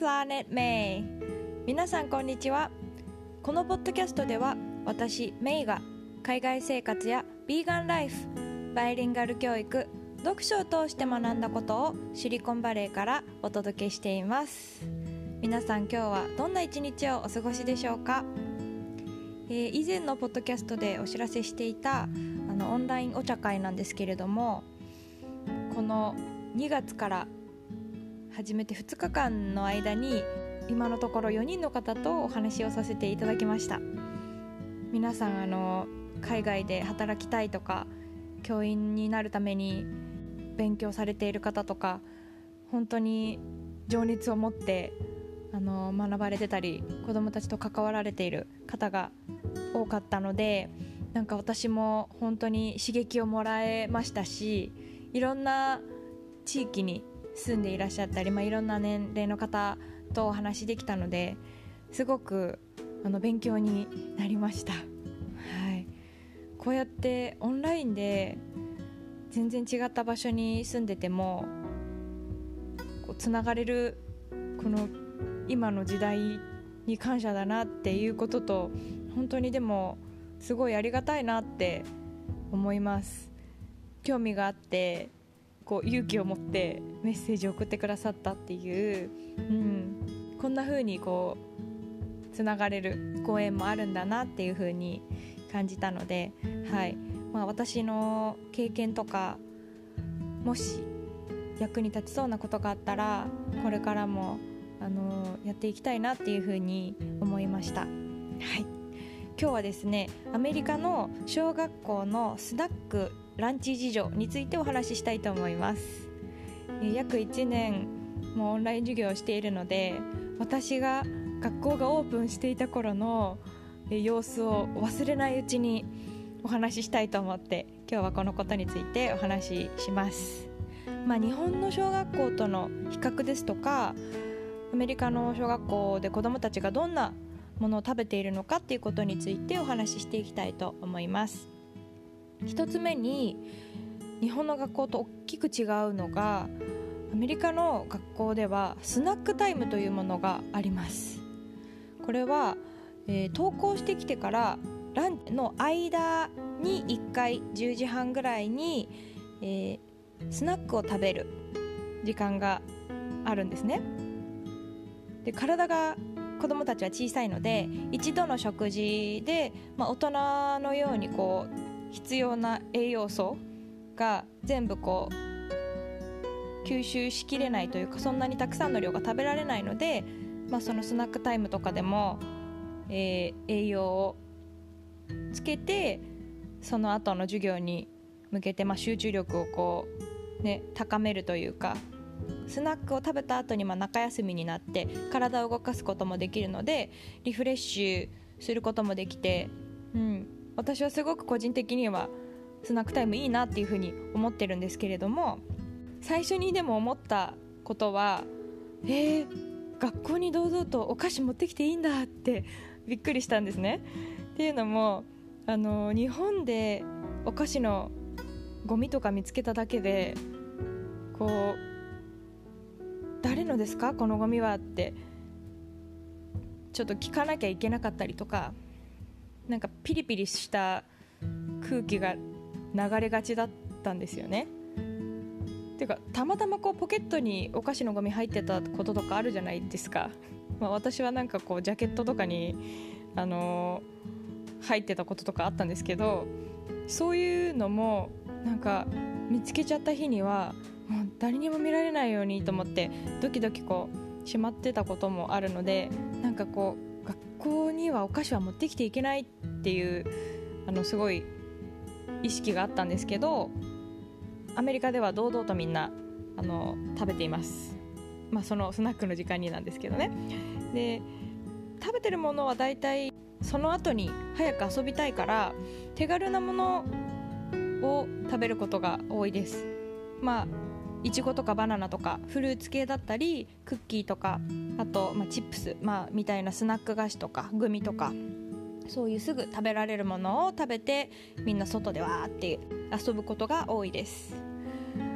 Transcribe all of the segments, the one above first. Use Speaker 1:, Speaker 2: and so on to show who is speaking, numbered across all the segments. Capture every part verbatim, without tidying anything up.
Speaker 1: Planet May。 皆さんこんにちは。このポッドキャストでは私メイが海外生活やビーガンライフ、バイリンガル教育、読書を通して学んだことをシリコンバレーからお届けしています。皆さん今日はどんな一日をお過ごしでしょうか。えー、以前のポッドキャストでお知らせしていたあのオンラインお茶会なんですけれども、このにがつから始めてふつかかんの間に今のところよにんの方とお話をさせていただきました。皆さんあの海外で働きたいとか教員になるために勉強されている方とか、本当に情熱を持ってあの学ばれてたり子どもたちと関わられている方が多かったので、なんか私も本当に刺激をもらえましたし、いろんな地域に住んでいらっしゃったり、まあ、いろんな年齢の方とお話できたので、すごくあの勉強になりました。はい、こうやってオンラインで全然違った場所に住んでてもこうつながれるこの今の時代に感謝だなっていうことと、本当にでもすごいありがたいなって思います。興味があってこう勇気を持ってメッセージを送ってくださったっていう、うん、こんな風にこうつながれるご縁もあるんだなっていう風に感じたので、はいまあ、私の経験とかもし役に立ちそうなことがあったらこれからもあのやっていきたいなっていう風に思いました。はい、今日はですね、アメリカの小学校のスナックランチ事情についてお話ししたいと思います。約いちねんもオンライン授業をしているので、私が学校がオープンしていた頃の様子を忘れないうちにお話ししたいと思って、今日はこのことについてお話しします。まあ、日本の小学校との比較ですとか、アメリカの小学校で子どもたちがどんなものを食べているのかっていうことについてお話ししていきたいと思います。一つ目に、日本の学校と大きく違うのが、アメリカの学校ではスナックタイムというものがあります。これは、えー、登校してきてからランチの間にいっかいじゅうじはんぐらいに、えー、スナックを食べる時間があるんですね。で、体が子どもたちは小さいので、一度の食事で、まあ、大人のようにこう必要な栄養素が全部こう吸収しきれないというか、そんなにたくさんの量が食べられないので、まあ、そのスナックタイムとかでも、えー、栄養をつけてその後の授業に向けて、まあ、集中力をこう、ね、高めるというか、スナックを食べた後にまあ中休みになって体を動かすこともできるので、リフレッシュすることもできて、うん、私はすごく個人的にはスナックタイムいいなっていうふうに思ってるんですけれども、最初にでも思ったことは、えー、学校に堂々とお菓子持ってきていいんだってびっくりしたんですね。っていうのも、あの日本でお菓子のゴミとか見つけただけで、こう誰のですかこのゴミはってちょっと聞かなきゃいけなかったりとか、なんかピリピリした空気が流れがちだったんですよね。ていうか、たまたまこうポケットにお菓子のゴミ入ってたこととかあるじゃないですか。まあ、私はなんかこうジャケットとかに、あのー、入ってたこととかあったんですけど、そういうのもなんか見つけちゃった日にはもう誰にも見られないようにと思ってドキドキこうしまってたこともあるので、なんかこう学校にはお菓子は持ってきていけないっていうあのすごい意識があったんですけど、アメリカでは堂々とみんなあの食べています。まあ、そのスナックの時間になんですけどね。で、食べてるものはだいたいその後に早く遊びたいから手軽なものを食べることが多いです。まあいちごとかバナナとかフルーツ系だったり、クッキーとか、あと、まあ、チップス、まあ、みたいなスナック菓子とかグミとか、そういうすぐ食べられるものを食べてみんな外でわーって遊ぶことが多いです。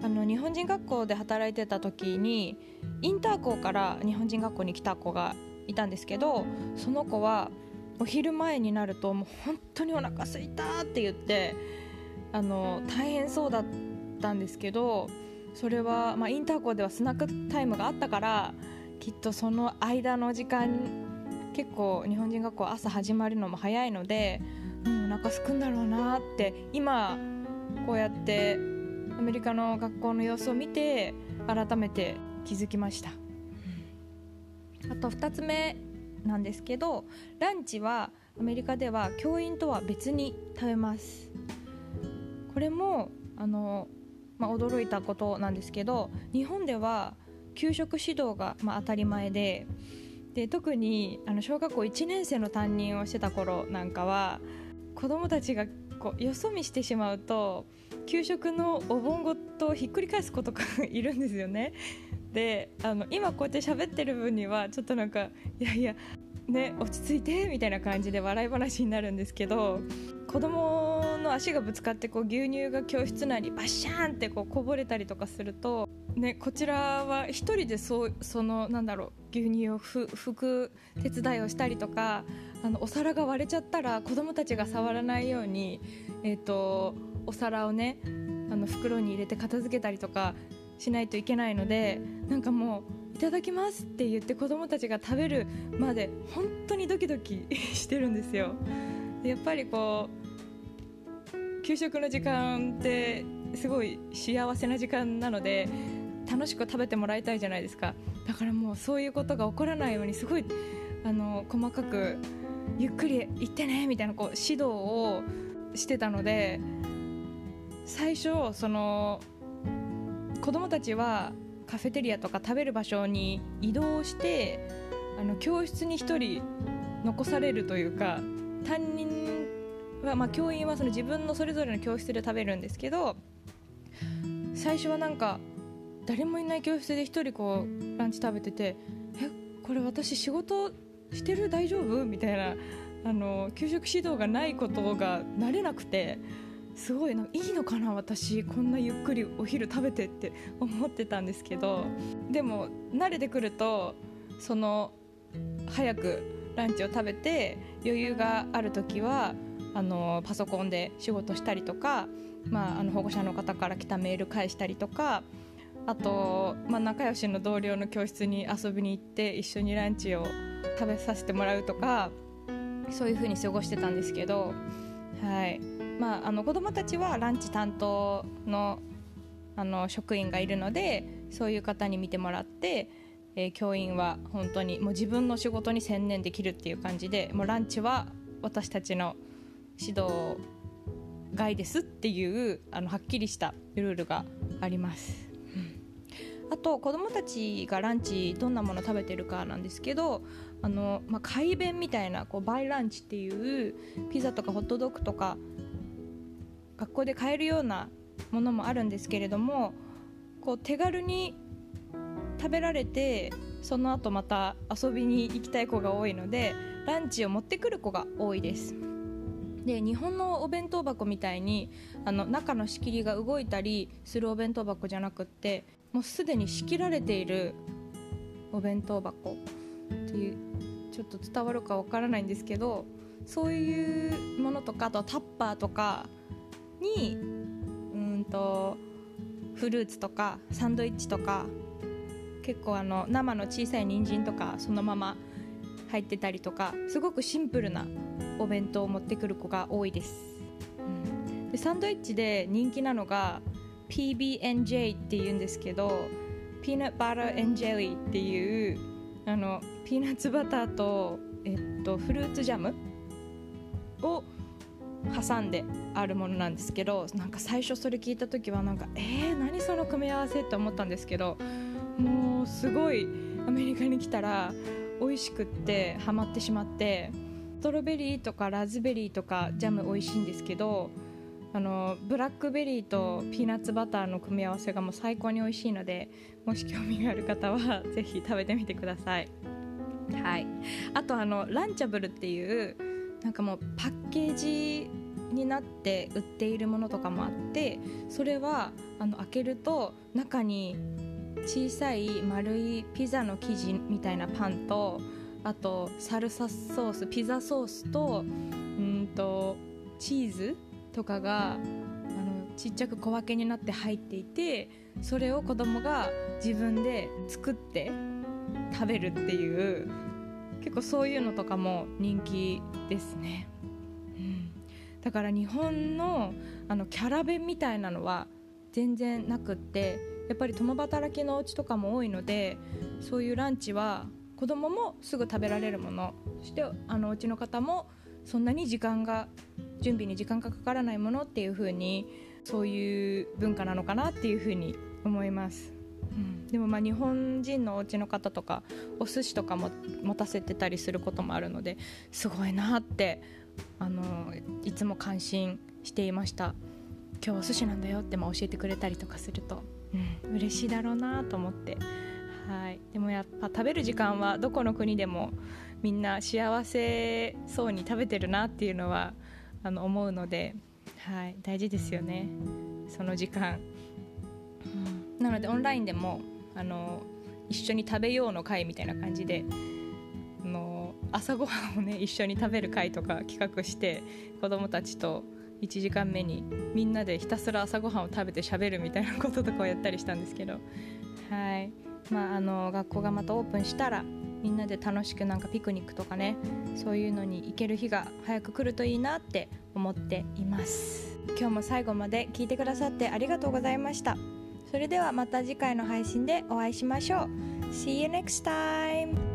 Speaker 1: あの日本人学校で働いてた時にインター校から日本人学校に来た子がいたんですけど、その子はお昼前になるともう本当にお腹空いたって言ってあの大変そうだったんですけど、それは、まあ、インター校ではスナックタイムがあったからきっとその間の時間結構日本人学校朝始まるのも早いので、うん、お腹空くんだろうなって今こうやってアメリカの学校の様子を見て改めて気づきました。あとふたつめなんですけど、ランチはアメリカでは教員とは別に食べます。これもあの、まあ、驚いたことなんですけど、日本では給食指導が、まあ、当たり前で、で特にあの小学校いちねん生の担任をしてた頃なんかは子どもたちがこうよそ見してしまうと給食のお盆ごとひっくり返す子とかいるんですよね。であの今こうやって喋ってる分にはちょっとなんかいやいやね落ち着いてみたいな感じで笑い話になるんですけど、子供の足がぶつかってこう牛乳が教室内にバッシャーンってこうこぼれたりとかすると、ね、こちらは一人でそうそのなんだろう牛乳をふ拭く手伝いをしたりとか、あのお皿が割れちゃったら子供たちが触らないように、えーと、お皿をねあの袋に入れて片付けたりとかしないといけないので、なんかもういただきますって言って子供たちが食べるまで本当にドキドキしてるんですよ。でやっぱりこう給食の時間ってすごい幸せな時間なので楽しく食べてもらいたいじゃないですか。だからもうそういうことが起こらないようにすごいあの細かくゆっくり行ってねみたいなこう指導をしてたので、最初その子供たちはカフェテリアとか食べる場所に移動してあの教室に一人残されるというか、担任は、まあ、教員はその自分のそれぞれの教室で食べるんですけど、最初はなんか誰もいない教室で一人こうランチ食べてて、えこれ私仕事してる大丈夫みたいな、あの給食指導がないことが慣れなくて、すごいなんかいいのかな私こんなゆっくりお昼食べてって思ってたんですけど、でも慣れてくるとその早くランチを食べて余裕がある時はあのパソコンで仕事したりとか、まあ、あの保護者の方から来たメール返したりとか、あと、まあ、仲良しの同僚の教室に遊びに行って一緒にランチを食べさせてもらうとか、そういう風に過ごしてたんですけど、はい、まあ、あの子どもたちはランチ担当 の, あの職員がいるのでそういう方に見てもらって、えー、教員は本当にもう自分の仕事に専念できるっていう感じで、もうランチは私たちの指導外ですっていうあのはっきりしたルールがあります。あと子どもたちがランチどんなもの食べてるかなんですけど、あの、まあ、快便みたいなこうバイランチっていうピザとかホットドッグとか学校で買えるようなものもあるんですけれども、こう手軽に食べられてその後また遊びに行きたい子が多いのでランチを持ってくる子が多いです。で日本のお弁当箱みたいにあの中の仕切りが動いたりするお弁当箱じゃなくって、もうすでに仕切られているお弁当箱っていう、ちょっと伝わるかわからないんですけど、そういうものとか、あとはタッパーとかにうんとフルーツとかサンドイッチとか、結構あの生の小さい人参とかそのまま入ってたりとか、すごくシンプルなお弁当を持ってくる子が多いです、うん、でサンドイッチで人気なのが ピービーエヌジェー っていうんですけど、ピーナッツバターエンジェリーっていうあのピーナッツバターと、えっと、フルーツジャムを挟んであるものなんですけど、なんか最初それ聞いた時はなんかえー、何その組み合わせって思ったんですけど、もうすごいアメリカに来たら美味しくってハマってしまって、ストロベリーとかラズベリーとかジャム美味しいんですけど、あのブラックベリーとピーナッツバターの組み合わせがもう最高に美味しいので、もし興味がある方はぜひ食べてみてください。はい、あとあのランチャブルっていうなんかもうパッケージになって売っているものとかもあって、それはあの開けると中に小さい丸いピザの生地みたいなパンと、あとサルサソース、ピザソースとうんとチーズとかがあのちっちゃく小分けになって入っていて、それを子供が自分で作って食べるっていう、結構そういうのとかも人気ですね、うん、だから日本のあのキャラ弁みたいなのは全然なくって、やっぱり共働きのお家とかも多いので、そういうランチは子供もすぐ食べられるもの、そしてあのお家の方もそんなに時間が準備に時間がかからないものっていう風に、そういう文化なのかなっていう風に思います、うん、でもまあ日本人のお家の方とかお寿司とかも持たせてたりすることもあるので、すごいなってあのいつも感心していました。今日お寿司なんだよってまあ教えてくれたりとかすると、うん、嬉しいだろうなと思って、はい、でもやっぱ食べる時間はどこの国でもみんな幸せそうに食べてるなっていうのはあの思うので、はい、大事ですよね、その時間、うん、なのでオンラインでもあの一緒に食べようの会みたいな感じで、あの朝ごはんをね一緒に食べる会とか企画して、子供たちといちじかんめにみんなでひたすら朝ごはんを食べて喋るみたいなこととかをやったりしたんですけど、はい、まあ、あの学校がまたオープンしたらみんなで楽しくなんかピクニックとかね、そういうのに行ける日が早く来るといいなって思っています。今日も最後まで聞いてくださってありがとうございました。それではまた次回の配信でお会いしましょう。 See you next time!